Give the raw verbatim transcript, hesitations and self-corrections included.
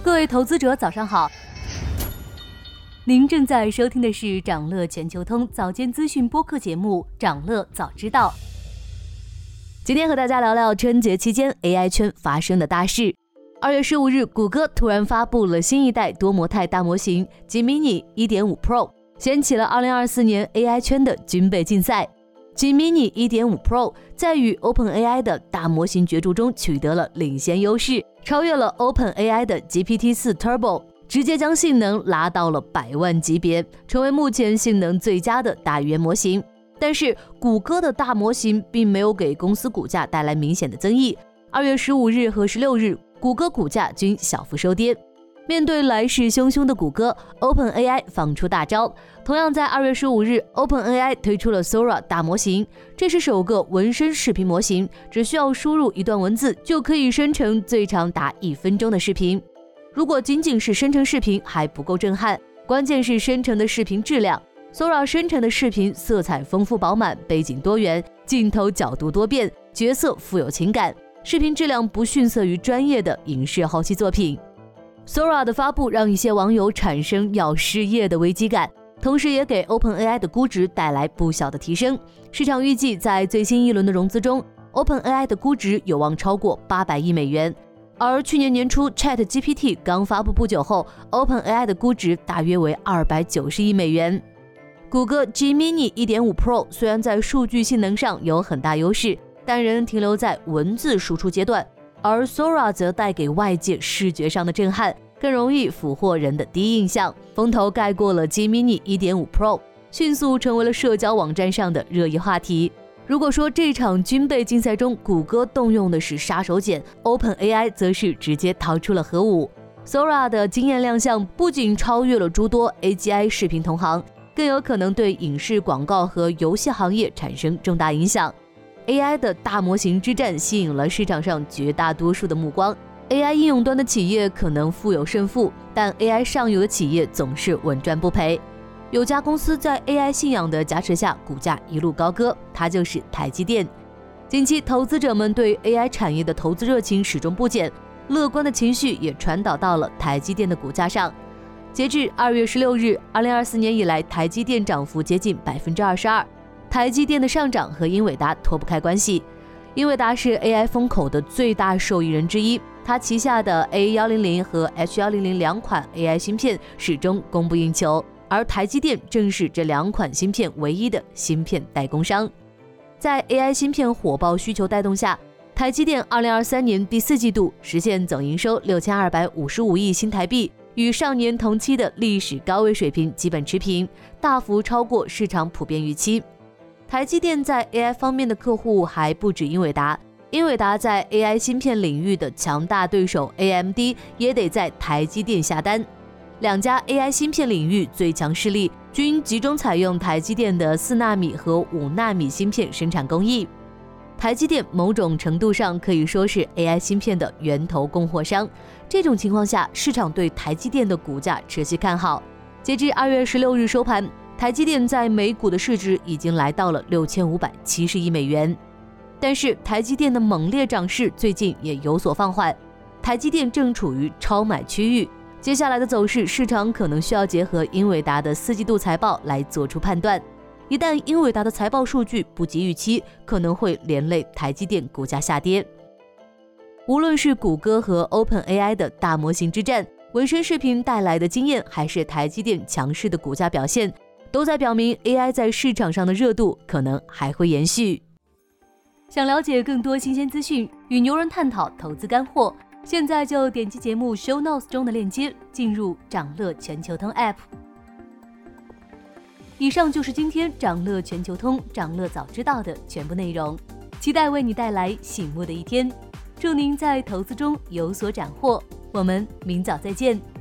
各位投资者早上好，您正在收听的是长乐全球通早间资讯播客节目长乐早知道。今天和大家聊聊春节期间 A I 圈发生的大事。二月十五日，谷歌突然发布了新一代多模态大模型 Gemini 一点五 Pro， 掀起了二零二四年 A I 圈的军备竞赛。Gemini 一点五 Pro 在与 OpenAI 的大模型角逐中取得了领先优势，超越了 OpenAI 的 G P T 四 Turbo， 直接将性能拉到了百万级别，成为目前性能最佳的大语言模型。但是谷歌的大模型并没有给公司股价带来明显的增益，二月十五日和十六日谷歌股价均小幅收跌。面对来势汹汹的谷歌， OpenAI 放出大招。同样在二月十五日 OpenAI 推出了 Sora 大模型，这是首个纹身视频模型，只需要输入一段文字就可以生成最长达一分钟的视频。如果仅仅是生成视频还不够震撼，关键是生成的视频质量。 Sora 生成的视频色彩丰富饱满，背景多元，镜头角度多变，角色富有情感，视频质量不逊色于专业的影视后期作品。Sora 的发布让一些网友产生要失业的危机感，同时也给 OpenAI 的估值带来不小的提升。市场预计在最新一轮的融资中 ，OpenAI 的估值有望超过八百亿美元。而去年年初 ChatGPT 刚发布不久后 ，OpenAI 的估值大约为二百九十亿美元。谷歌 Gemini 一点五 Pro 虽然在数据性能上有很大优势，但仍停留在文字输出阶段。而 Sora 则带给外界视觉上的震撼，更容易俘获人的第一印象，风头盖过了 Gemini 一点五 Pro， 迅速成为了社交网站上的热议话题。如果说这场军备竞赛中谷歌动用的是杀手锏， OpenAI 则是直接掏出了核武。 Sora 的惊艳亮相不仅超越了诸多 A G I 视频同行，更有可能对影视广告和游戏行业产生重大影响。A I 的大模型之战吸引了市场上绝大多数的目光。A I 应用端的企业可能富有胜负，但 A I 上游的企业总是稳赚不赔。有家公司在 A I 信仰的加持下，股价一路高歌，它就是台积电。近期投资者们对 A I 产业的投资热情始终不减，乐观的情绪也传导到了台积电的股价上。截至二月十六日，二零二四年以来，台积电涨幅接近百分之二十二。台积电的上涨和英伟达脱不开关系。英伟达是 A I 风口的最大受益人之一，它旗下的 A 一零零 和 H一零零 两款 A I 芯片始终供不应求，而台积电正是这两款芯片唯一的芯片代工商。在 A I 芯片火爆需求带动下，台积电二零二三年第四季度实现总营收六千二百五十五亿新台币，与上年同期的历史高位水平基本持平，大幅超过市场普遍预期。台积电在 A I 方面的客户还不止英伟达，英伟达在 A I 芯片领域的强大对手 A M D 也得在台积电下单。两家 A I 芯片领域最强势力均集中采用台积电的四纳米和五纳米芯片生产工艺。台积电某种程度上可以说是 A I 芯片的源头供货商。这种情况下，市场对台积电的股价持续看好。截至二月十六日收盘，台积电在美股的市值已经来到了六千五百七十亿美元。但是台积电的猛烈涨势最近也有所放缓，台积电正处于超买区域，接下来的走势市场可能需要结合英伟达的四季度财报来做出判断。一旦英伟达的财报数据不及预期，可能会连累台积电股价下跌。无论是谷歌和 OpenAI 的大模型之战，纹身视频带来的经验，还是台积电强势的股价表现，都在表明 A I 在市场上的热度可能还会延续。想了解更多新鲜资讯，与牛人探讨投资干货，现在就点击节目 show notes 中的链接，进入长乐全球通 App。以上就是今天长乐全球通长乐早知道的全部内容，期待为你带来醒目的一天。祝您在投资中有所斩获，我们明早再见。